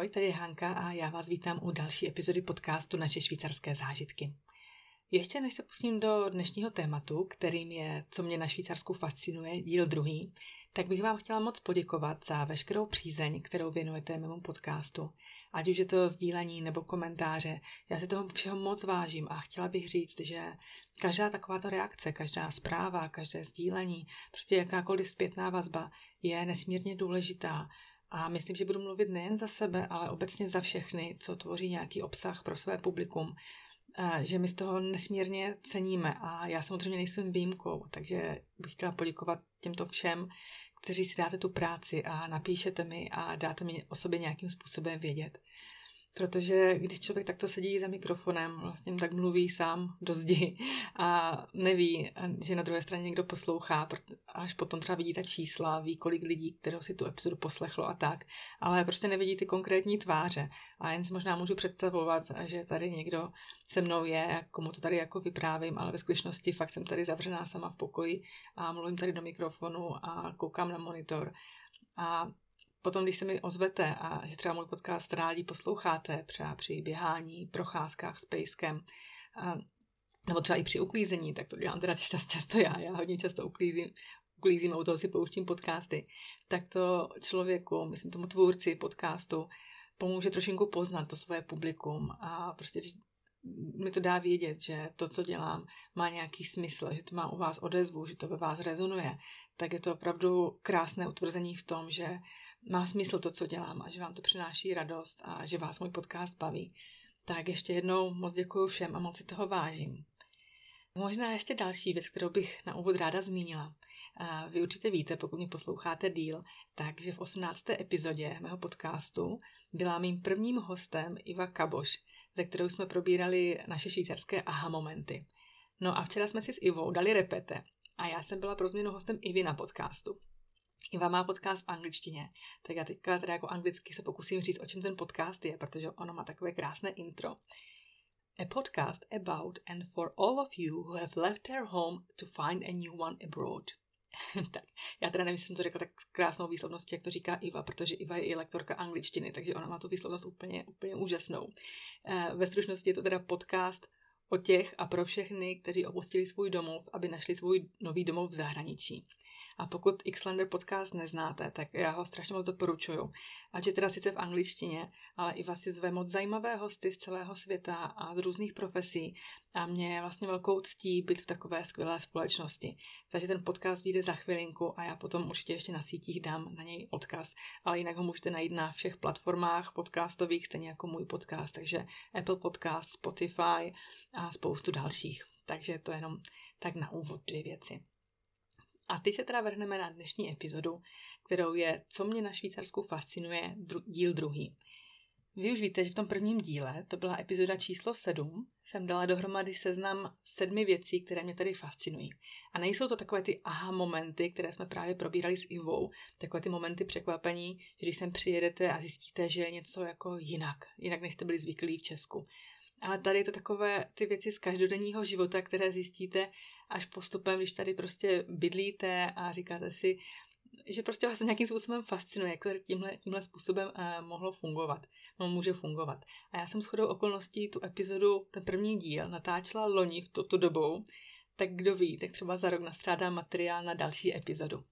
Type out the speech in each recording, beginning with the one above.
Ahoj, tady je Hanka a já vás vítám u další epizody podcastu Naše švýcarské zážitky. Ještě než se pustím do dnešního tématu, kterým je Co mě na Švýcarsku fascinuje, díl 2, tak bych vám chtěla moc poděkovat za veškerou přízeň, kterou věnujete mému podcastu. Ať už je to sdílení nebo komentáře, já si toho všeho moc vážím a chtěla bych říct, že každá takováto reakce, každá zpráva, každé sdílení, prostě jakákoliv zpětná vazba je nesmírně důležitá. A myslím, že budu mluvit nejen za sebe, ale obecně za všechny, co tvoří nějaký obsah pro své publikum, že my z toho nesmírně ceníme a já samozřejmě nejsem výjimkou, takže bych chtěla poděkovat těmto všem, kteří si dáte tu práci a napíšete mi a dáte mi o sobě nějakým způsobem vědět. Protože když člověk takto sedí za mikrofonem, vlastně tak mluví sám do zdi a neví, že na druhé straně někdo poslouchá, až potom třeba vidí ta čísla, ví, kolik lidí, kterého si tu epizodu poslechlo a tak, ale prostě nevidí ty konkrétní tváře. A jen si možná můžu představovat, že tady někdo se mnou je, komu to tady jako vyprávím, ale ve skutečnosti fakt jsem tady zavřená sama v pokoji a mluvím tady do mikrofonu a koukám na monitor. A potom, když se mi ozvete a že třeba můj podcast rádi posloucháte třeba při běhání, procházkách s pejskem, nebo třeba i při uklízení, tak to dělám teda často já hodně často uklízím a u toho si pouštím podcasty, tak to člověku, myslím tomu tvůrci podcastu, pomůže trošinku poznat to svoje publikum a prostě mi to dá vědět, že to, co dělám, má nějaký smysl, že to má u vás odezvu, že to ve vás rezonuje, tak je to opravdu krásné utvrzení v tom, že má smysl to, co dělám a že vám to přináší radost a že vás můj podcast baví. Tak ještě jednou moc děkuju všem a moc si toho vážím. Možná ještě další věc, kterou bych na úvod ráda zmínila. Vy určitě víte, pokud mě posloucháte díl, takže v 18. epizodě mého podcastu byla mým prvním hostem Iva Kaboš, ze kterou jsme probírali naše švýcarské aha momenty. No a včera jsme si s Ivou dali repete a já jsem byla pro změnu hostem Ivy na podcastu. Iva má podcast v angličtině, tak já teďka teda jako anglicky se pokusím říct, o čem ten podcast je, protože ono má takové krásné intro. A podcast about and for all of you who have left their home to find a new one abroad. Tak, já teda nevím, jestli jsem to řekla tak krásnou výslovností, jak to říká Iva, protože Iva je i lektorka angličtiny, takže ona má tu výslovnost úplně úžasnou. Ve stručnosti je to teda podcast o těch a pro všechny, kteří opustili svůj domov, aby našli svůj nový domov v zahraničí. A pokud Xlander podcast neznáte, tak já ho strašně moc doporučuju. Ať je teda sice v angličtině, ale Iva si zve moc zajímavé hosty z celého světa a z různých profesí a mě je vlastně velkou ctí být v takové skvělé společnosti. Takže ten podcast vyjde za chvilinku a já potom určitě ještě na sítích dám na něj odkaz, ale jinak ho můžete najít na všech platformách podcastových, stejně jako můj podcast, takže Apple Podcast, Spotify a spoustu dalších. Takže to jenom tak na úvod 2 věci. A teď se teda vrhneme na dnešní epizodu, kterou je Co mě na Švýcarsku fascinuje, díl 2. Vy už víte, že v tom prvním díle, to byla epizoda číslo 7, jsem dala dohromady seznam 7 věcí, které mě tady fascinují. A nejsou to takové ty aha momenty, které jsme právě probírali s Ivou, takové ty momenty překvapení, že když sem přijedete a zjistíte, že je něco jako jinak než jste byli zvyklí v Česku. Ale tady je to takové ty věci z každodenního života, které zjistíte až postupem, když tady prostě bydlíte a říkáte si, že prostě vás to nějakým způsobem fascinuje, jak to tímhle způsobem může fungovat. A já jsem shodou okolností tu epizodu, ten první díl, natáčela loni v tu dobou, tak kdo ví, tak třeba za rok nastřádám materiál na další epizodu.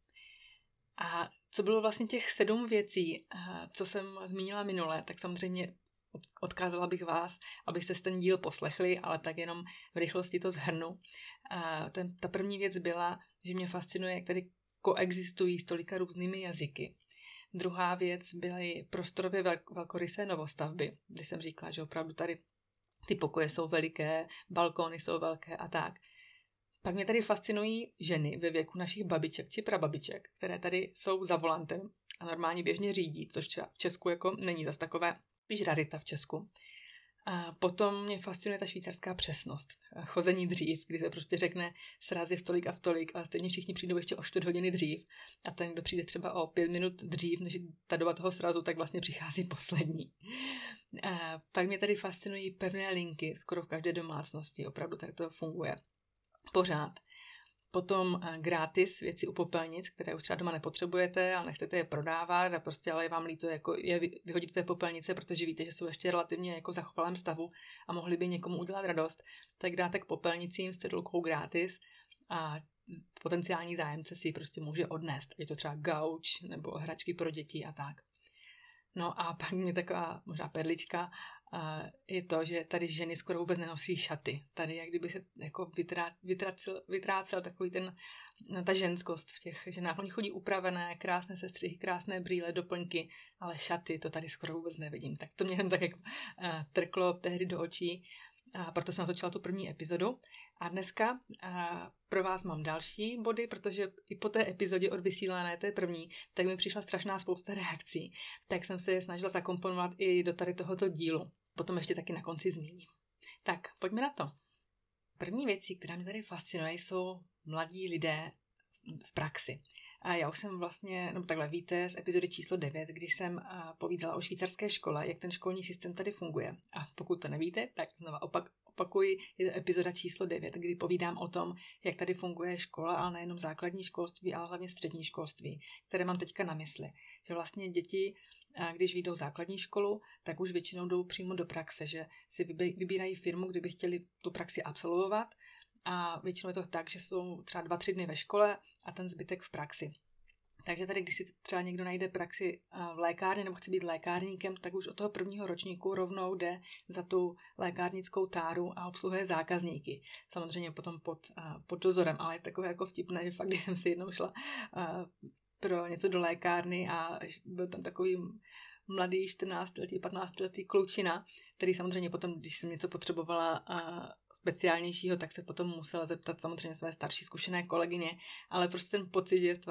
A co bylo vlastně těch 7 věcí, co jsem zmínila minule, tak samozřejmě odkázala bych vás, abyste si ten díl poslechli, ale tak jenom v rychlosti to shrnu. Ta první věc byla, že mě fascinuje, jak tady koexistují s tolika různými jazyky. Druhá věc byly prostorově velkorysé novostavby, kdy jsem říkala, že opravdu tady ty pokoje jsou veliké, balkóny jsou velké a tak. Pak mě tady fascinují ženy ve věku našich babiček či prababiček, které tady jsou za volantem a normálně běžně řídí, což v Česku jako není zas takové spíš rarita v Česku. A potom mě fascinuje ta švýcarská přesnost. Chození dřív, kdy se prostě řekne sraz je v tolik a v tolik, ale stejně všichni přijdou ještě o 4 hodiny dřív. A ten, kdo přijde třeba o 5 minut dřív, než ta doba toho srazu, tak vlastně přichází poslední. A pak mě tady fascinují pevné linky skoro v každé domácnosti. Opravdu tady to funguje pořád. Potom gratis věci u popelnic, které už třeba doma nepotřebujete a nechcete je prodávat a prostě ale je vám líto jako je vyhodit do té popelnice, protože víte, že jsou ještě relativně jako zachovalém stavu a mohli by někomu udělat radost, tak dáte k popelnicím s cedulkou gratis a potenciální zájemce si ji prostě může odnést. Je to třeba gauč nebo hračky pro děti a tak. No a pak mě taková možná perlička je to, že tady ženy skoro vůbec nenosí šaty. Tady jak kdyby se jako vytrácel takový ta ženskost v těch ženách. Oni chodí upravené, krásné sestřihy, krásné brýle, doplňky, ale šaty to tady skoro vůbec nevidím. Tak to mě jen tak jako trklo tehdy do očí. A proto jsem natočila tu první epizodu. A dneska pro vás mám další body, protože i po té epizodě odvysílané, té první, tak mi přišla strašná spousta reakcí. Tak jsem se je snažila zakomponovat i do tady tohoto dílu. Potom ještě taky na konci zmíním. Tak, pojďme na to. První věci, která mě tady fascinuje, jsou mladí lidé v praxi. A já už jsem vlastně, no takhle víte, z epizody číslo 9, když jsem povídala o švýcarské škole, jak ten školní systém tady funguje. A pokud to nevíte, tak znova opakuji, je to epizoda číslo 9, kdy povídám o tom, jak tady funguje škola, ale nejenom základní školství, ale hlavně střední školství, které mám teďka na mysli. Že vlastně děti, když vyjdou základní školu, tak už většinou jdou přímo do praxe, že si vybírají firmu, kdyby chtěli tu praxi absolvovat. A většinou je to tak, že jsou třeba 2-3 dny ve škole a ten zbytek v praxi. Takže tady, když si třeba někdo najde praxi v lékárně nebo chce být lékárníkem, tak už od toho prvního ročníku rovnou jde za tu lékárnickou táru a obsluhuje zákazníky. Samozřejmě potom pod dozorem, ale je takové jako vtipné, že fakt, když jsem si jednou šla pro něco do lékárny a byl tam takový mladý 14letý, 15letý klučina, který samozřejmě potom, když jsem něco potřebovala speciálnějšího, tak se potom musela zeptat samozřejmě své starší zkušené kolegyně, ale prostě ten pocit, že v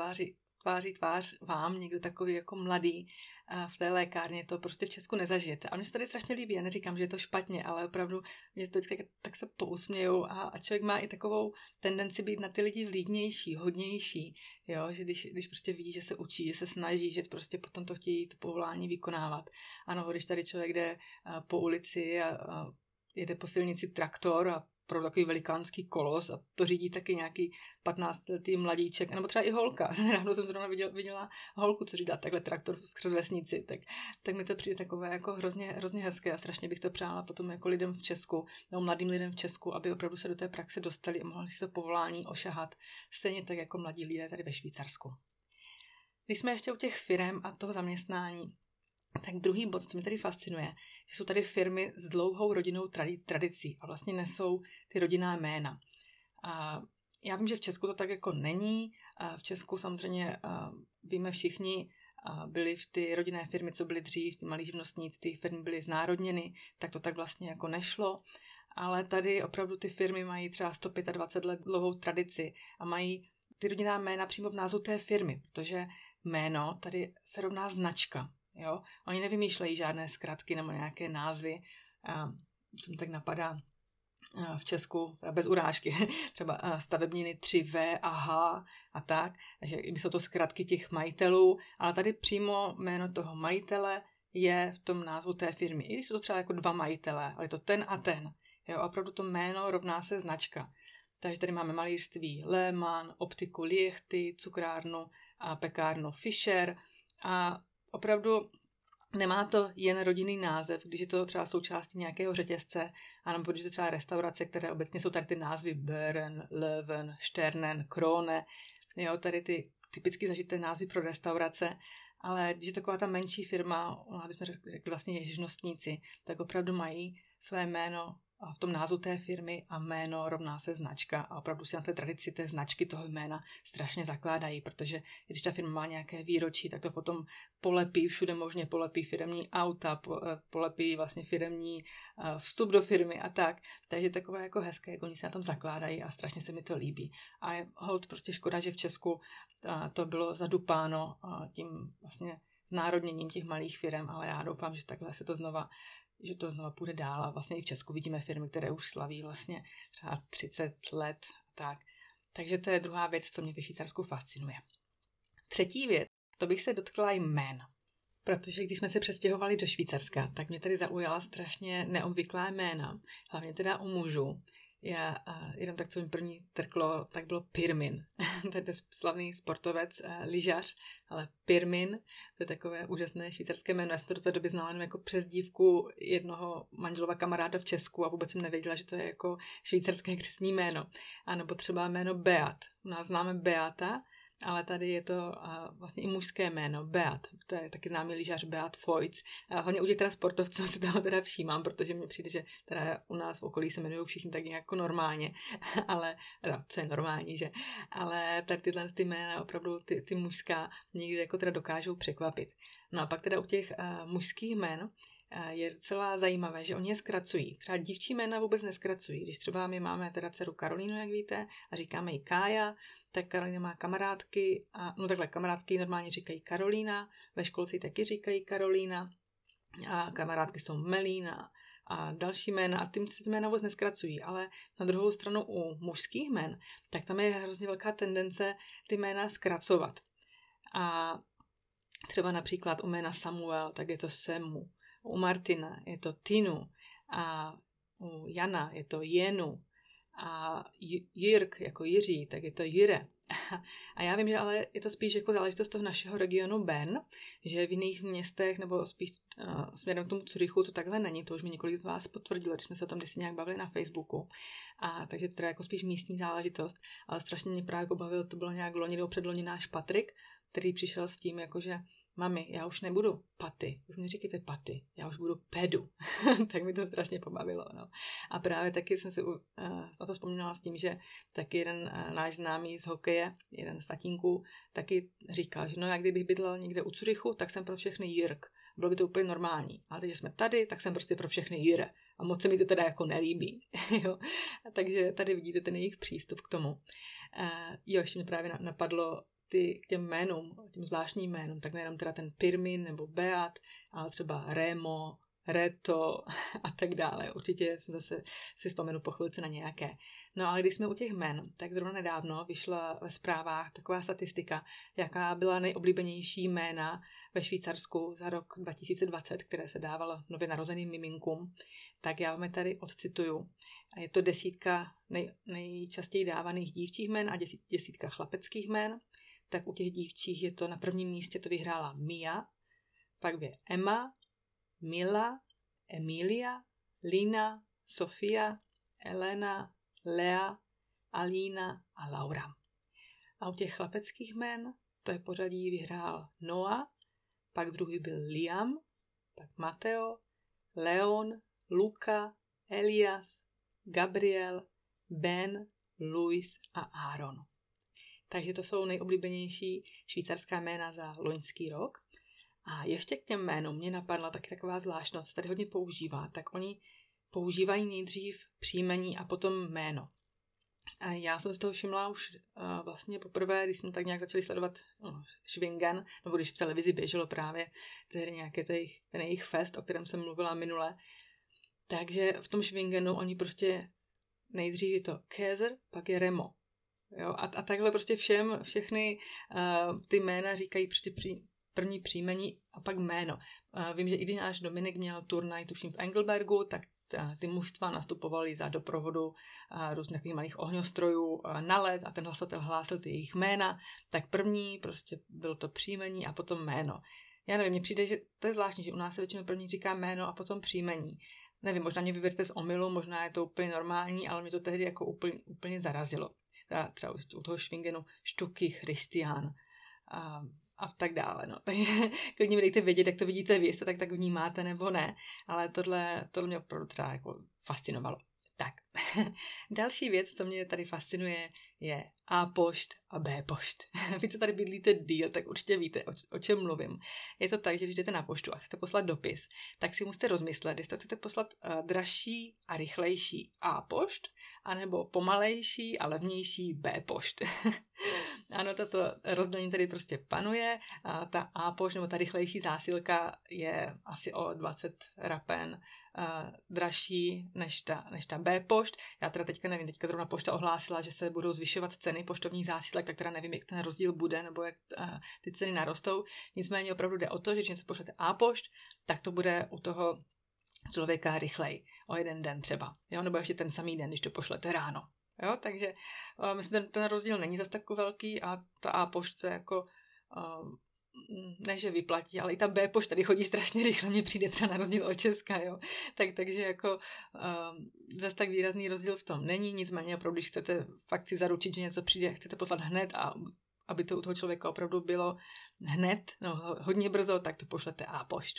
tvář vám někdo takový jako mladý v té lékárně, to prostě v Česku nezažijete. A mně se tady strašně líbí, já neříkám, že je to špatně, ale opravdu mě to vždycky tak se pousmějou a člověk má i takovou tendenci být na ty lidi vlídnější, hodnější, jo? Že když prostě vidí, že se učí, že se snaží, že prostě potom to chtějí to povolání vykonávat. Ano, když tady člověk jde po ulici a jede po silnici traktor a pro takový velikánský kolos a to řídí taky nějaký 15letý mladíček, nebo třeba i holka. Ráno jsem zrovna viděla holku, co řídá takhle traktor skrz vesnici, tak mi to přijde takové jako hrozně hezké a strašně bych to přála potom jako lidem v Česku, nebo mladým lidem v Česku, aby opravdu se do té praxe dostali a mohli si to povolání ošahat, stejně tak jako mladí lidé tady ve Švýcarsku. Když jsme ještě u těch firem a toho zaměstnání, tak druhý bod, co mě tady fascinuje, že jsou tady firmy s dlouhou rodinnou tradicí a vlastně nesou ty rodinná jména. A já vím, že v Česku to tak jako není. A v Česku samozřejmě víme všichni, byly ty rodinné firmy, co byly dřív, ty malí živnostníci, ty firmy byly znárodněny, tak to tak vlastně jako nešlo. Ale tady opravdu ty firmy mají třeba 125 let dlouhou tradici a mají ty rodinná jména přímo v názvu té firmy, protože jméno tady se rovná značka. Jo? Oni nevymýšlejí žádné zkratky nebo nějaké názvy. Co mi tak napadá v Česku, bez urážky, třeba stavebniny 3V a H a tak, že jsou to zkratky těch majitelů, ale tady přímo jméno toho majitele je v tom názvu té firmy. I když jsou to třeba jako 2 majitelé, ale je to ten a ten. Jo? Opravdu to jméno rovná se značka. Takže tady máme malířství Lehmann, optiku Liechty, cukrárnu a pekárnu Fischer a opravdu nemá to jen rodinný název, když je to třeba součástí nějakého řetězce, anebo když je to třeba restaurace, které obecně jsou tady ty názvy Böhren, Löwen, Sternen, Krone, jo, tady ty typicky zažité názvy pro restaurace, ale když je taková ta menší firma, bychom řekli vlastně živnostníci, tak opravdu mají své jméno v tom názvu té firmy a jméno rovná se značka a opravdu si na té tradici té značky toho jména strašně zakládají, protože když ta firma má nějaké výročí, tak to potom polepí všude možně, polepí firemní auta, polepí vlastně firemní vstup do firmy a tak. Takže takové jako hezké, jak oni se na tom zakládají a strašně se mi to líbí. A je hold prostě škoda, že v Česku to bylo zadupáno tím vlastně národněním těch malých firem, ale já doufám, že takhle se to znova půjde dál a vlastně i v Česku vidíme firmy, které už slaví vlastně třeba 30 let a tak. Takže to je druhá věc, co mě ve Švýcarsku fascinuje. Třetí věc, to bych se dotkla jmén. Protože když jsme se přestěhovali do Švýcarska, tak mě tady zaujala strašně neobvyklá jména, hlavně teda u mužů. Jenom tak, co mi první trklo, tak bylo Pirmin. To je slavný sportovec, lyžař, ale Pirmin, to je takové úžasné švýcarské jméno. Já jsem to do té doby znala jenom jako přezdívku jednoho manželova kamaráda v Česku a vůbec jsem nevěděla, že to je jako švýcarské křestní jméno. A nebo třeba jméno Beat. U nás známe Beata, ale tady je to vlastně i mužské jméno, Beat. To je taky známý lyžař Beat Feuz. Hlavně u těch teda sportovců si toho teda všímám, protože mně přijde, že teda u nás v okolí se jmenují všichni tak nějak jako normálně, ale, co je normální, že? Ale tady tyhle ty jména, opravdu ty mužská, někdy jako teda dokážou překvapit. No a pak teda u těch mužských jmén je docela zajímavé, že oni je zkracují. Třeba dívčí jména vůbec neskracují. Když třeba my máme teda dceru Karolínu, jak víte, a říkáme jí Kája, tak Karolína má kamarádky kamarádky normálně říkají Karolína, ve školce ji taky říkají Karolína a kamarádky jsou Melína a další jména a ty jména vůbec neskracují, ale na druhou stranu u mužských jmen, tak tam je hrozně velká tendence ty jména zkracovat. A třeba například u jména Samuel, tak je to Semu, u Martina je to Tinu a u Jana je to Jenu a Jirk jako Jiří, tak je to Jire. A já vím, že ale je to spíš jako záležitost toho našeho regionu Bern, že v jiných městech nebo spíš směrem k tomu Curychu to takhle není. To už mi několik z vás potvrdilo, když jsme se o tom kdysi nějak bavili na Facebooku. A takže to je jako spíš místní záležitost, ale strašně mě právě pobavilo, to bylo nějak loni nebo předloni náš Patrik, který přišel s tím, jakože mami, já už nebudu Paty, už mi říkejte Paty, já už budu Pedu. Tak mi to strašně pobavilo. No. A právě taky jsem si na to vzpomínala s tím, že taky jeden náš známý z hokeje, jeden z tatínků, taky říkal, že no já kdybych bydlel někde u Curychu, tak jsem pro všechny Jirk. Bylo by to úplně normální. Ale teď, že jsme tady, tak jsem prostě pro všechny Jire. A moc se mi to teda jako nelíbí. Jo? Takže tady vidíte ten jejich přístup k tomu. Ještě mě právě napadlo k těm jménům, těm zvláštním jménům, tak nejenom teda ten Pirmin nebo Beat, ale třeba Remo, Reto a tak dále. Určitě zase si vzpomenu po chvilce na nějaké. No ale když jsme u těch jmen, tak zrovna nedávno vyšla ve zprávách taková statistika, jaká byla nejoblíbenější jména ve Švýcarsku za rok 2020, které se dávalo nově narozeným miminkům. Tak já vám je tady odcituju. Je to 10 nejčastěji dávaných dívčích jmen a 10 chlapeckých jmen. Tak u těch dívčích je to na prvním místě, to vyhrála Mia, pak je Emma, Mila, Emilia, Lina, Sofia, Elena, Lea, Alína a Laura. A u těch chlapeckých jmen, to je pořadí, vyhrál Noah, pak druhý byl Liam, pak Mateo, Leon, Luka, Elias, Gabriel, Ben, Luis a Aaron. Takže to jsou nejoblíbenější švýcarská jména za loňský rok. A ještě k těm jménům mě napadla taky taková zvláštnost, tady hodně používá, tak oni používají nejdřív příjmení a potom jméno. A já jsem z toho všimla už vlastně poprvé, když jsme tak nějak začali sledovat Schwingen, nebo když v televizi běželo právě nějaké ten jejich fest, o kterém jsem mluvila minule. Takže v tom Schwingenu oni prostě nejdřív je to Käser, pak je Remo. Jo, a takhle prostě všechny ty jména říkají prostě první příjmení a pak jméno. Vím, že i když náš Dominik měl turnaj, tuším v Engelbergu, tak ty mužstva nastupovaly za doprovodu různých takových malých ohňostrojů na led a ten hlasatel hlásil ty jejich jména, tak první prostě bylo to příjmení a potom jméno. Já nevím, mně přijde, že to je zvláštní, že u nás se většinou první říká jméno a potom příjmení. Nevím, možná mě vyberete z omylu, možná je to úplně normální, ale mě to tehdy jako úplně zarazilo. Třeba u toho Schwingenu Štuky, Christian a tak dále. No. Takže klidně mi dejte vědět, jak to vidíte vy, jestli to tak vnímáte nebo ne, ale tohle mě opravdu třeba jako fascinovalo. Tak, další věc, co mě tady fascinuje, je A pošt a B pošt. Vy, co tady bydlíte díl, tak určitě víte, o čem mluvím. Je to tak, že když jdete na poštu a chcete poslat dopis, tak si musíte rozmyslet, jestli chcete poslat dražší a rychlejší A pošt, anebo pomalejší a levnější B pošt. Ano, toto rozdělení tady prostě panuje. A ta A pošt nebo ta rychlejší zásilka je asi o 20 rapen dražší než ta B pošt. Já teda teďka nevím, teďka zrovna pošta ohlásila, že se budou zvyšovat ceny poštovních zásilek, tak teda nevím, jak ten rozdíl bude, nebo jak ty ceny narostou. Nicméně opravdu jde o to, že když něco pošlete A pošt, tak to bude u toho člověka rychleji, o jeden den třeba, jo, nebo ještě ten samý den, když to pošlete ráno. Jo, takže myslím, ten rozdíl není zase tak velký a ta A pošta jako ne, že vyplatí, ale i ta B pošta tady chodí strašně rychle, mně přijde třeba na rozdíl od Česka, jo. Takže jako zase tak výrazný rozdíl v tom není, nicméně opravdu, když chcete fakt si zaručit, že něco přijde, chcete poslat hned a aby to u toho člověka opravdu bylo hned, no hodně brzo, tak to pošlete A pošt.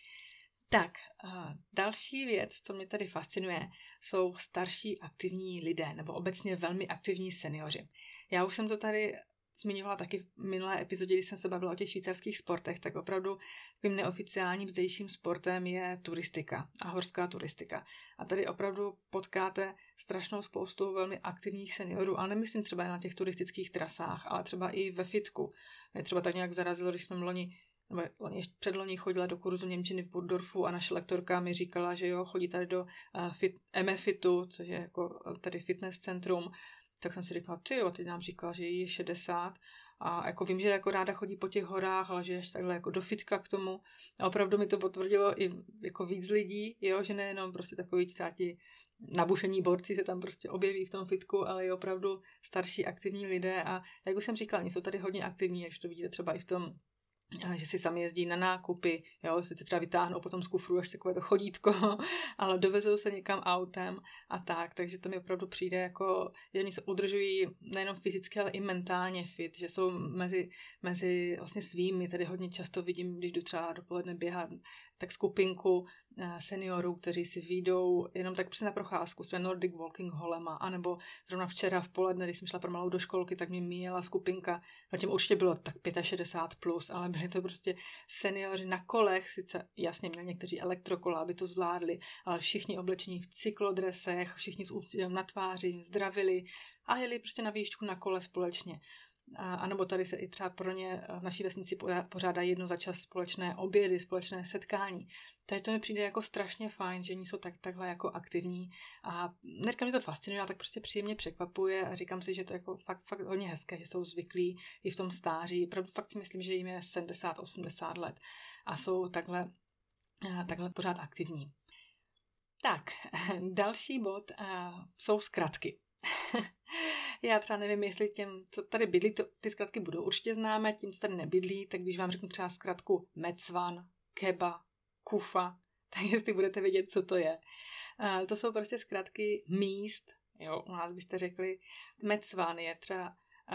Tak, další věc, co mě tady fascinuje, jsou starší aktivní lidé, nebo obecně velmi aktivní seniori. Já už jsem to tady zmiňovala taky v minulé epizodě, když jsem se bavila o těch švýcarských sportech, tak opravdu takovým neoficiálním zdejším sportem je turistika a horská turistika. A tady opravdu potkáte strašnou spoustu velmi aktivních seniorů, ale nemyslím třeba na těch turistických trasách, ale třeba i ve fitku. Mě třeba tak nějak zarazilo, když jsme předloni chodila do kurzu němčiny v Burgdorfu a naše lektorka mi říkala, že jo, chodí tady do MFitu, což je jako tady fitness centrum. Tak jsem si říkala, teď nám říkala, že jí je 60 a jako vím, že jako ráda chodí po těch horách, ale že ještě takhle jako do fitka k tomu. A opravdu mi to potvrdilo i jako víc lidí, jo, že nejenom prostě takový ti nabušení borci se tam prostě objeví v tom fitku, ale i opravdu starší aktivní lidé a jak už jsem říkala, oni jsou tady hodně aktivní, až to vidíte třeba i v tom, že si sami jezdí na nákupy, jo, si třeba vytáhnou potom z kufru ještě takové to chodítko, ale dovezou se někam autem a tak, takže to mi opravdu přijde jako, že oni se udržují nejenom fyzicky, ale i mentálně fit, že jsou mezi vlastně svými, tady hodně často vidím, když jdu třeba dopoledne běhat, tak skupinku seniorů, kteří si vyjdou jenom tak prostě na procházku své Nordic Walking holema, anebo zrovna včera v poledne, když jsem šla pro malou do školky, tak mě míjela skupinka, zatím určitě bylo tak 65 plus, ale byli to prostě seniori na kolech, sice jasně měli někteří elektrokola, aby to zvládli, ale všichni oblečení v cyklodresech, všichni s úctem na tváři, zdravili a jeli prostě na výšku na kole společně. A nebo tady se i třeba pro ně v naší vesnici pořádají jednou za čas společné obědy, společné setkání. Takže to mi přijde jako strašně fajn, že oni jsou takhle jako aktivní a neříkám, že to fascinuje, ale tak prostě příjemně překvapuje a říkám si, že to je jako fakt hodně hezké, že jsou zvyklí i v tom stáří. Opravdu fakt si myslím, že jim je 70-80 let a jsou takhle pořád aktivní. Tak, další bod jsou zkratky. Já třeba nevím, jestli těm, co tady bydlí, ty zkratky budou určitě známé, tím, co tady nebydlí, tak když vám řeknu třeba zkratku Mecvan, Keba, Kufa, tak jestli budete vědět, co to je. To jsou prostě zkratky míst, jo, u nás byste řekli, Mecvan je třeba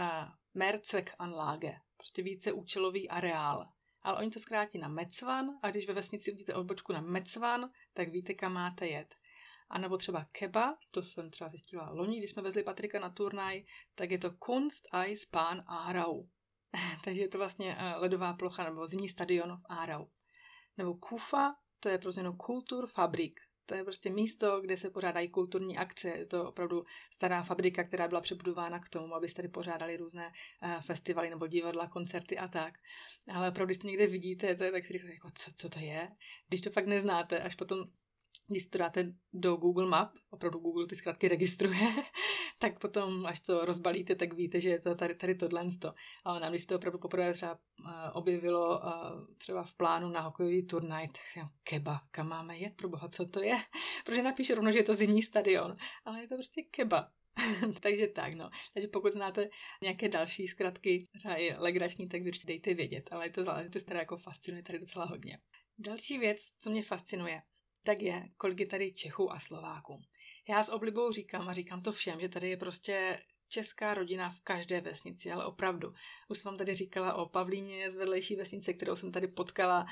Mehrzweckanlage, prostě víceúčelový areál. Ale oni to zkrátí na Mecvan a když ve vesnici uvidíte odbočku na Mecvan, tak víte, kam máte jet. A nebo třeba Keba, to jsem třeba zjistila loni, když jsme vezli Patrika na turnaj, tak je to Kunsteisbahn Aarau. Takže je to vlastně ledová plocha nebo zimní stadion v Aarau. Nebo Kufa, to je prostě Kulturfabrik. To je prostě místo, kde se pořádají kulturní akce. Je to opravdu stará fabrika, která byla přebudována k tomu, aby se tady pořádali různé festivaly nebo divadla, koncerty a tak. Ale opravdu, když to někde vidíte, tak si říkáte, jako, co to je? Když to fakt neznáte, až potom když to dáte do Google Map, opravdu Google ty zkratky registruje, tak potom, až to rozbalíte, tak víte, že je to tady tohle. Ale nám, když se to opravdu poprvé třeba objevilo třeba v plánu na hokejový turnaj, tak Keba, kam máme jet, proboha, co to je? Protože napíše rovno, že je to zimní stadion, ale je to prostě Keba. Takže tak, no. Takže pokud znáte nějaké další zkratky, třeba i legrační, tak určitě dejte vědět, ale je to záležitost, která jako fascinuje tady docela hodně. Další věc, co mě fascinuje, tak je, kolik je tady Čechů a Slováků. Já s oblibou říkám to všem, že tady je prostě česká rodina v každé vesnici, ale opravdu. Už jsem vám tady říkala o Pavlíně z vedlejší vesnice, kterou jsem tady potkala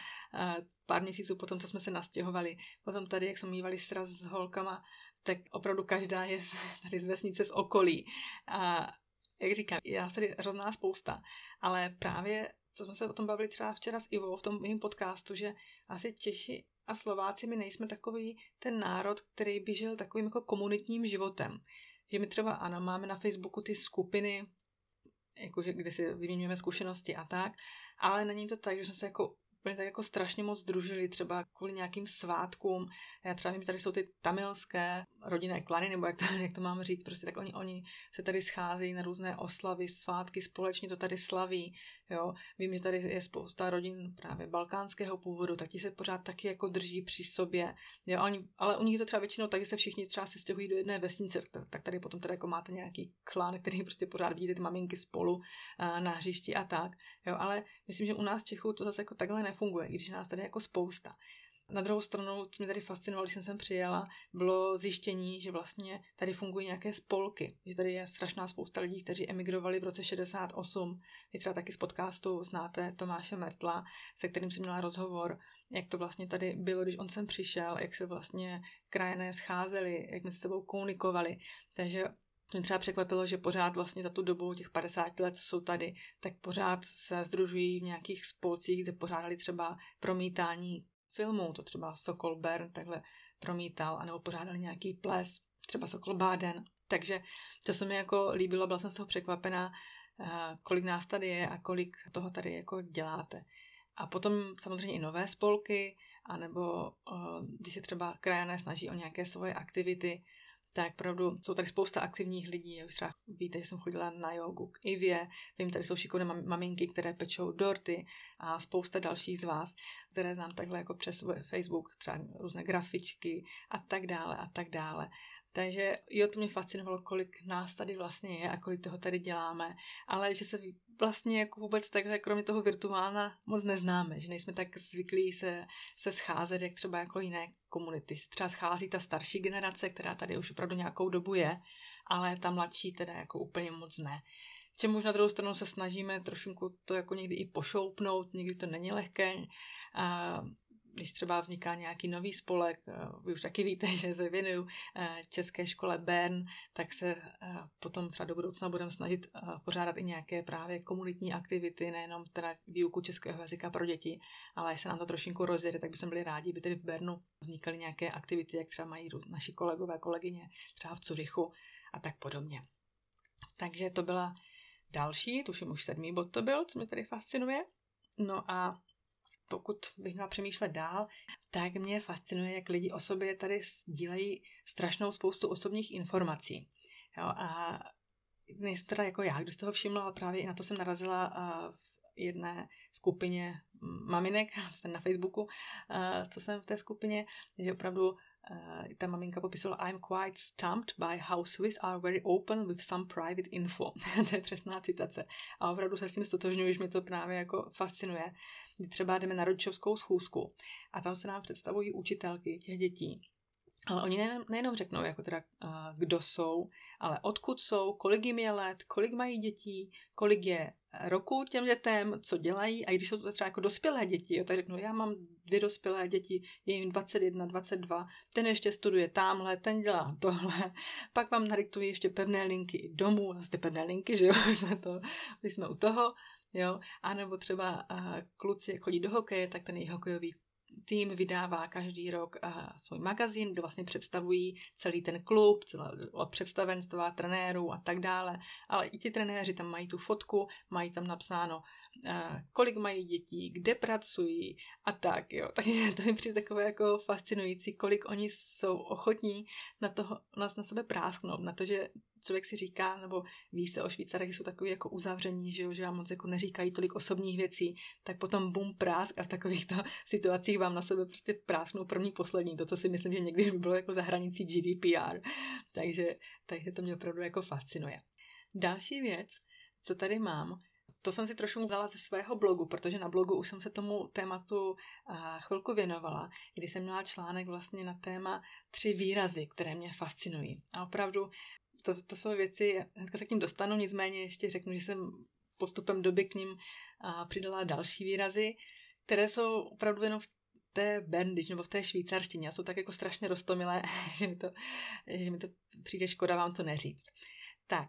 pár měsíců potom, co jsme se nastěhovali. Potom tady, jak jsme mívali sraz s holkama, tak opravdu každá je tady z vesnice z okolí. A jak říkám, já tady hrozná spousta, ale právě, co jsme se o tom bavili třeba včera s Ivou v tom mým podcastu, že asi Češi a Slováci my nejsme takový ten národ, který by žil takovým jako komunitním životem. Že my třeba, ano, máme na Facebooku ty skupiny, jakože, kde si vyměňujeme zkušenosti a tak, ale není to tak, že jsme se jako oni tak jako strašně moc družili, třeba kvůli nějakým svátkům. Já třeba vím, tady jsou ty tamilské rodinné klany, nebo jak to mám říct, prostě tak oni se tady scházejí na různé oslavy, svátky, společně to tady slaví, jo. Vím, že tady je spousta rodin právě balkánského původu, tak ti se pořád taky jako drží při sobě, jo, ale u nich je to třeba většinou tak, že se všichni třeba se stěhují do jedné vesnice, tak tady potom teda jako máte nějaký klan, který prostě pořád vidíte ty maminky spolu na hřišti a tak, jo, ale myslím, že u nás Čechů to zase jako takhle nefunguje, i když nás tady jako spousta. Na druhou stranu, co mě tady fascinovalo, když jsem sem přijela, bylo zjištění, že vlastně tady fungují nějaké spolky, že tady je strašná spousta lidí, kteří emigrovali v roce 68. Vy třeba taky z podcastu znáte Tomáše Mertla, se kterým jsem měla rozhovor, jak to vlastně tady bylo, když on sem přišel, jak se vlastně krajané scházeli, jak jsme se sebou komunikovali. Takže mě třeba překvapilo, že pořád vlastně za tu dobu těch 50 let, co jsou tady, tak pořád se sdružují v nějakých spolcích, kde pořádali třeba promítání filmů, to třeba Sokol Bern takhle promítal, anebo pořádali nějaký ples, třeba Sokol Báden. Takže to se mi jako líbilo, byla jsem z toho překvapená, kolik nás tady je a kolik toho tady jako děláte. A potom samozřejmě i nové spolky, anebo když se třeba krajané snaží o nějaké svoje aktivity, tak opravdu jsou tady spousta aktivních lidí. Už třeba víte, že jsem chodila na jogu k Ivě, vím, tady jsou šikovné maminky, které pečou dorty a spousta dalších z vás, které znám takhle jako přes Facebook, třeba různé grafičky a tak dále a tak dále. Takže jo, to mě fascinovalo, kolik nás tady vlastně je a kolik toho tady děláme, ale že se vlastně jako vůbec takhle, kromě toho virtuálna, moc neznáme, že nejsme tak zvyklí se scházet, jak třeba jako jiné komunity. Třeba schází ta starší generace, která tady už opravdu nějakou dobu je, ale ta mladší teda jako úplně moc ne. Čemu už na druhou stranu se snažíme trošku to jako někdy i pošoupnout, někdy to není lehké. Když třeba vzniká nějaký nový spolek, vy už taky víte, že se věnuju České škole Bern, tak se potom třeba do budoucna budeme snažit pořádat i nějaké právě komunitní aktivity, nejenom teda výuku českého jazyka pro děti, ale až se nám to trošku rozjede, tak bychom byli rádi, by tedy v Bernu vznikaly nějaké aktivity, jak třeba mají naši kolegové, kolegyně, třeba v Curychu a tak podobně. Takže to byla další, tuším už 7. bod to byl, co mě tady fascinuje. No a pokud bych měla přemýšlet dál, tak mě fascinuje, jak lidi o sobě tady sdílejí strašnou spoustu osobních informací. Jo, a nejsem teda jako já, kdo z toho všimla, ale právě i na to jsem narazila v jedné skupině maminek na Facebooku, co jsem v té skupině, že opravdu ta maminka popisovala I'm quite stumped by how Swiss are very open with some private info. To je přesná citace. A opravdu se s tím stotožňuji, že mě to právě jako fascinuje. Kdy třeba jdeme na rodičovskou schůzku a tam se nám představují učitelky těch dětí. Ale oni nejenom řeknou, jako teda, kdo jsou, ale odkud jsou, kolik jim je let, kolik mají dětí, kolik je roku těm dětem, co dělají. A i když jsou to třeba jako dospělé děti, jo, tak řeknu, já mám 2 dospělé děti, je jim 21, 22, ten ještě studuje tamhle, ten dělá tohle. Pak vám nadiktují ještě pevné linky i domů, zase ty pevné linky, že jo, když jsme u toho. Jo, a nebo třeba kluci, jak chodí do hokeje, tak ten jejich hokejový tým vydává každý rok svůj magazín, kde vlastně představují celý ten klub, od představenstva, trenérů a tak dále. Ale i ti trenéři tam mají tu fotku, mají tam napsáno, kolik mají dětí, kde pracují a tak. Jo. Takže to mi přijde takové jako fascinující, kolik oni jsou ochotní na sebe prásknout, na to, že člověk si říká, nebo ví se o Švýcarech, že jsou takový jako uzavření, že vám moc jako neříkají tolik osobních věcí, tak potom bum prásk a v takovýchto situacích vám na sebe prostě prásknou první, poslední. To, co si myslím, že někdy by bylo jako za hranicí GDPR. Takže to mě opravdu jako fascinuje. Další věc, co tady mám, to jsem si trošku vzala ze svého blogu, protože na blogu už jsem se tomu tématu chvilku věnovala, kdy jsem měla článek vlastně na téma 3 výrazy, které mě fascinují. A opravdu to jsou věci, hnedka se k ním dostanu, nicméně ještě řeknu, že jsem postupem doby k ním přidala další výrazy, které jsou opravdu jenom v té Berndič nebo v té švýcarštině a jsou tak jako strašně roztomilé, že mi to přijde škoda vám to neříct. Tak,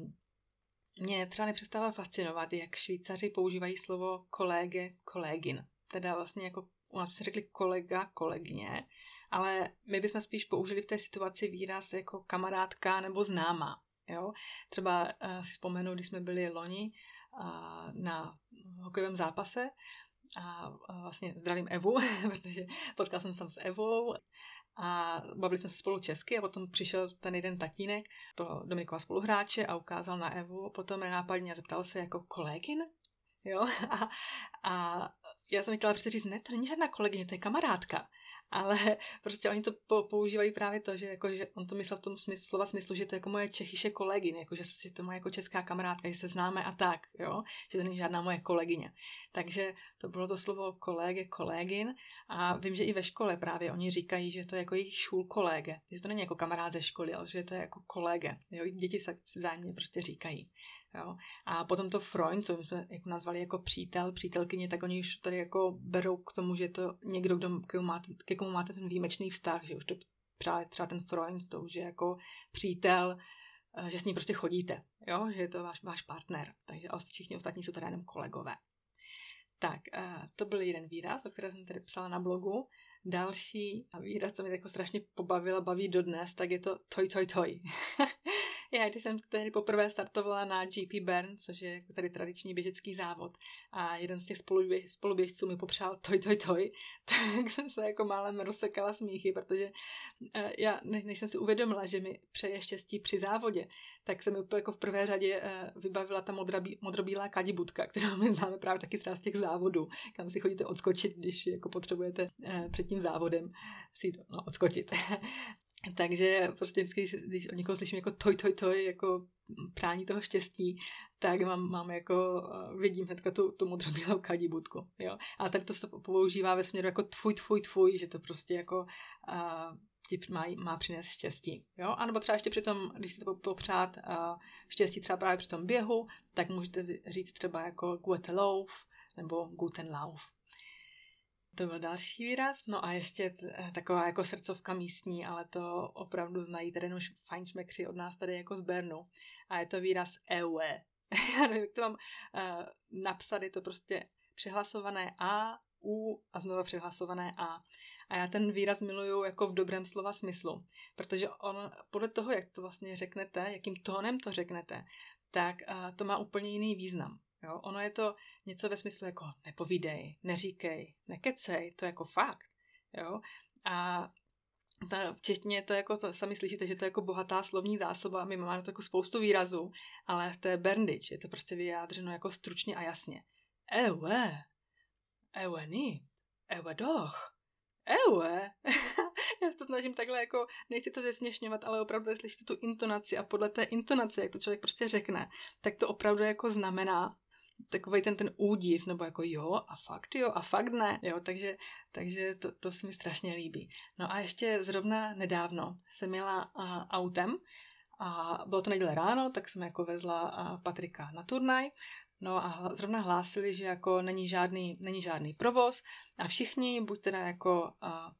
mě třeba nepřestává fascinovat, jak Švýcaři používají slovo kolege, kolegin. Teda vlastně jako u nás se řekli kolega, kolegyně, ale my bychom spíš použili v té situaci výraz jako kamarádka nebo známá. Jo? Třeba si vzpomenu, když jsme byli loni na hokejovém zápase a vlastně zdravím Evu, protože potkal jsem se s Evou a bavili jsme se spolu česky a potom přišel ten jeden tatínek, to Dominikova spoluhráče a ukázal na Evu, potom nenápadně zeptal se jako kolegyn, jo, a já jsem chtěla prostě říct, ne, to není žádná kolegyně, to je kamarádka. Ale prostě oni to používají právě to, že on to myslel v tom slova smyslu, že to je jako moje čechyše kolegyně, jako že to moje jako česká kamarádka, že se známe a tak, jo, že to není žádná moje kolegyně. Takže to bylo to slovo kolegin a vím, že i ve škole právě oni říkají, že to je jako jejich šulkolege, že to není jako kamarád ze školy, ale že to je jako kolege, jo, děti se vzájemně prostě říkají. Jo. A potom to Freund, co my jsme jako nazvali jako přítel, přítelkyně, tak oni už tady jako berou k tomu, že je to někdo, ke komu máte ten výjimečný vztah, že už to třeba ten Freund, to už je jako přítel, že s ním prostě chodíte, jo, že je to váš partner, takže všichni ostatní jsou teda jenom kolegové. Tak, to byl jeden výraz, o kterém jsem tady psala na blogu. Další výraz, co mě jako strašně baví dodnes, tak je to toj. Já, když jsem tehdy poprvé startovala na GP Bern, což je jako tady tradiční běžecký závod, a jeden z těch spoluběžců mi popřál toj, tak jsem se jako málem rozsekala smíchy, protože já, než jsem si uvědomila, že mi přeje štěstí při závodě, tak jsem úplně jako v prvé řadě vybavila ta modrobílá kadibutka, kterou my známe právě taky třeba z těch závodů, kam si chodíte odskočit, když jako potřebujete před tím závodem si odskočit. Takže prostě vždycky, když od někoho slyším jako toj, jako prání toho štěstí, tak mám jako, vidím hnedka tu modrobílou kadibutku, jo. A tady to se používá ve směru jako tvůj, že to prostě jako ti má přinést štěstí, jo. A nebo třeba ještě přitom, když chcete popřát štěstí třeba právě při tom běhu, tak můžete říct třeba jako Gute Lauf nebo Guten Lauf. To byl další výraz, no a ještě taková jako srdcovka místní, ale to opravdu znají tady už fajnšmekři od nás tady jako z Bernu. A je to výraz eue. Já nevím, jak to mám napsat, je to prostě přihlasované A, U a znovu přihlasované A. A já ten výraz miluju jako v dobrém slova smyslu, protože on podle toho, jak to vlastně řeknete, jakým tónem to řeknete, tak to má úplně jiný význam. Jo, ono je to něco ve smyslu jako nepovídej, neříkej, nekecej, to je jako fakt. Jo? A v češtině to jako, sami slyšíte, že to je jako bohatá slovní zásoba, my máme to jako spoustu výrazů, ale v té Berndič je to prostě vyjádřeno jako stručně a jasně. Ewe ni, ewe doch, ewe. Já se to snažím takhle jako, nechci to zesměšňovat, ale opravdu, jestli slyšíte tu intonaci a podle té intonace, jak to člověk prostě řekne, tak to opravdu jako znamená takovej ten údiv, nebo jako jo a fakt ne, jo, takže to se mi strašně líbí. No a ještě zrovna nedávno jsem jela autem a bylo to neděle ráno, tak jsem jako vezla Patrika na turnaj, no a zrovna hlásili, že jako není žádný provoz a všichni buď teda jako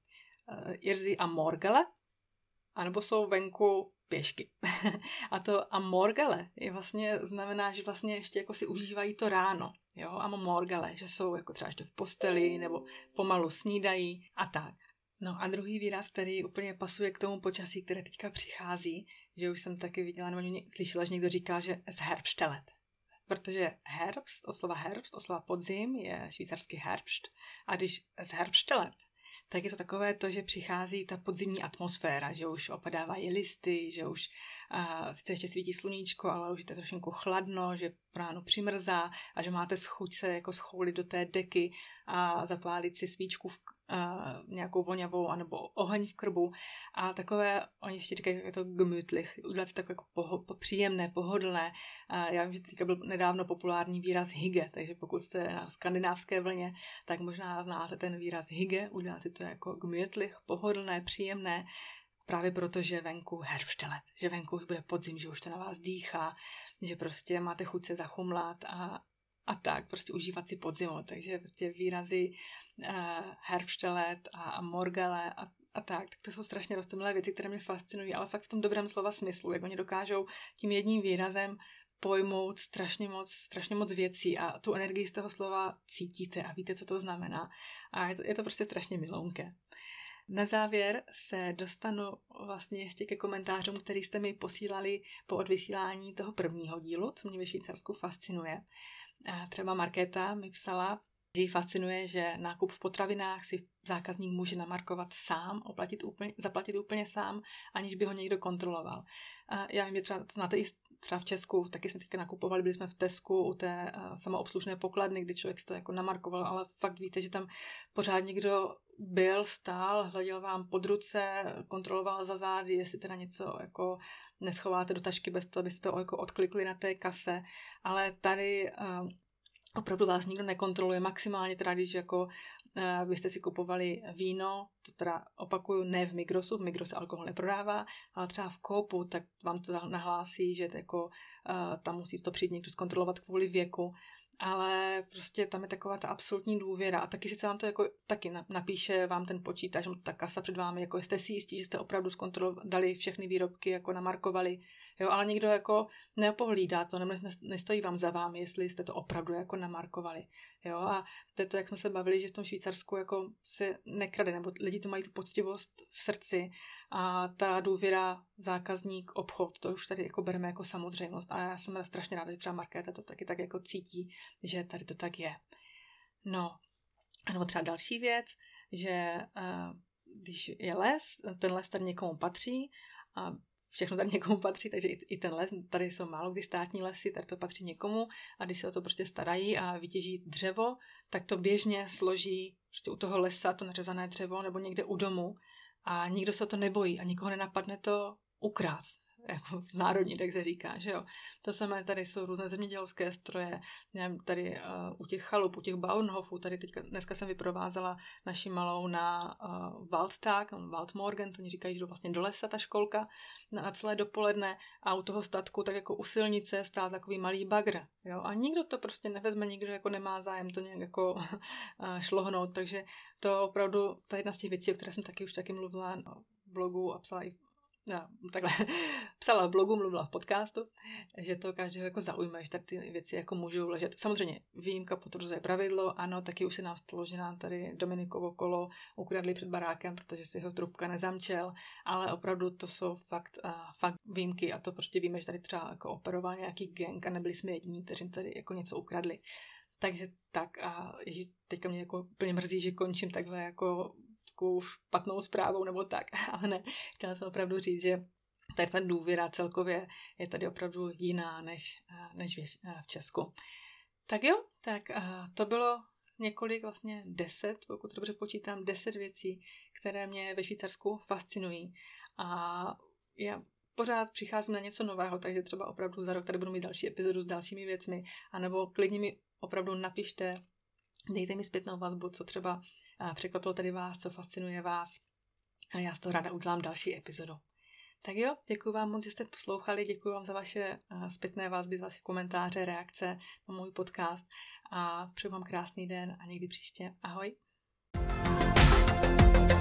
Jirzy a Morgele, anebo jsou venku pěšky. A to amorgele je vlastně znamená, že vlastně ještě jako si užívají to ráno. Jo, amorgele, že jsou jako třeba ještě v posteli nebo pomalu snídají a tak. No a druhý výraz, který úplně pasuje k tomu počasí, které teďka přichází, že už jsem taky viděla, nebo slyšela, že někdo říká, že zherbštelet. Protože herbst, od slova podzim je švýcarský herbst. A když zherbštelet, tak je to takové to, že přichází ta podzimní atmosféra, že už opadávají listy, že už sice ještě svítí sluníčko, ale už je to trošku chladno, že ráno přimrzá a že máte chuť se jako schoulit do té deky a zapálit si svíčku nějakou voňavou anebo oheň v krbu a takové, oni ještě říkají, je to gemütlich, udělat si takové jako příjemné, pohodlné. Já vím, že teďka byl nedávno populární výraz hygge, takže pokud jste na skandinávské vlně, tak možná znáte ten výraz hygge, udělat si to jako gemütlich, pohodlné, příjemné, právě proto, že venku herbštelet, že venku už bude podzim, že už to na vás dýchá, že prostě máte chuť se zachumlat a tak, prostě užívat si podzimu. Takže prostě výrazy herbštelet a morgele a tak to jsou strašně roztomilé věci, které mě fascinují, ale fakt v tom dobrém slova smyslu, jak oni dokážou tím jedním výrazem pojmout strašně moc věcí a tu energii z toho slova cítíte a víte, co to znamená. A je to prostě strašně milounké. Na závěr se dostanu vlastně ještě ke komentářům, který jste mi posílali po odvysílání toho prvního dílu, co mě ve Švýcarsku fascinuje. A třeba Markéta mi psala, Ji fascinuje, že nákup v potravinách si zákazník může namarkovat sám, zaplatit úplně sám, aniž by ho někdo kontroloval. Já vím, že třeba znáte i třeba v Česku, taky jsme teďka nakupovali, byli jsme v Tesku u té samoobslužné pokladny, kdy člověk si to jako namarkoval, ale fakt víte, že tam pořád někdo stál, hleděl vám pod ruce, kontroloval za zády, jestli teda něco jako neschováte do tašky bez toho, abyste to jako odklikli na té kase, ale tady opravdu vás nikdo nekontroluje, maximálně teda, když jako byste si kupovali víno, to teda opakuju, ne v Migrosu alkohol neprodává, ale třeba v Coopu, tak vám to nahlásí, že to jako, tam musí to přijít někdo zkontrolovat kvůli věku, ale prostě tam je taková ta absolutní důvěra a taky sice vám to jako taky napíše vám ten počítač, ta kasa před vámi, jako jste si jistí, že jste opravdu dali všechny výrobky, jako namarkovali, jo, ale nikdo jako nepohlídá to, nebo nestojí vám za vámi, jestli jste to opravdu jako namarkovali, jo, a to je to, jak jsme se bavili, že v tom Švýcarsku jako se nekrade, nebo lidi to mají tu poctivost v srdci a ta důvěra zákazník, obchod, to už tady jako bereme jako samozřejmost a já jsem strašně ráda, že třeba Markéta to taky tak jako cítí, že tady to tak je. No, nebo třeba další věc, že když je les, ten les tady někomu patří a všechno tady někomu patří, takže i ten les, tady jsou málo kdy státní lesy, tady to patří někomu a když se o to prostě starají a vytěží dřevo, tak to běžně složí prostě u toho lesa, to nařezané dřevo nebo někde u domu a nikdo se to nebojí a nikoho nenapadne to ukrást. Jako národní, tak se říká, že jo. To samé tady jsou různé zemědělské stroje, nevím, tady u těch chalup, u těch Bauernhofů, tady dneska jsem vyprovázela naši malou na Waldtag, Waldmorgen, to oni říkají, že jdu vlastně do lesa ta školka na celé dopoledne a u toho statku, tak jako u silnice stál takový malý bagr, jo. A nikdo to prostě nevezme, nikdo jako nemá zájem to nějak jako šlohnout, takže to opravdu, to je jedna z těch věcí, o které jsem taky mluvila na blogu a psala i psala v blogu, mluvila v podcastu, že to každého jako zaujme, že tady ty věci jako můžou ležet. Samozřejmě výjimka potvrzuje pravidlo, ano, taky už se nám stalo, že nám tady Dominikovo kolo ukradli před barákem, protože si ho trubka nezamčel, ale opravdu to jsou fakt výjimky a to prostě víme, že tady třeba jako operoval nějaký gang a nebyli jsme jediní, kteří tady jako něco ukradli. Takže tak a teďka mě jako úplně mrzí, že končím takhle jako špatnou zprávou nebo tak, ale ne, chtěla jsem opravdu říct, že tady ta důvěra celkově je tady opravdu jiná než v Česku. Tak jo, tak to bylo několik, vlastně 10, pokud dobře počítám, 10 věcí, které mě ve Švýcarsku fascinují a já pořád přicházím na něco nového, takže třeba opravdu za rok tady budu mít další epizodu s dalšími věcmi, anebo klidně mi opravdu napište, dejte mi zpětnou vazbu, co třeba překvapilo tady vás, co fascinuje vás a já z toho ráda udělám další epizodu. Tak jo, děkuji vám moc, že jste poslouchali, děkuji vám za vaše zpětné vazby, za vaše komentáře, reakce na můj podcast a přeju vám krásný den a někdy příště. Ahoj.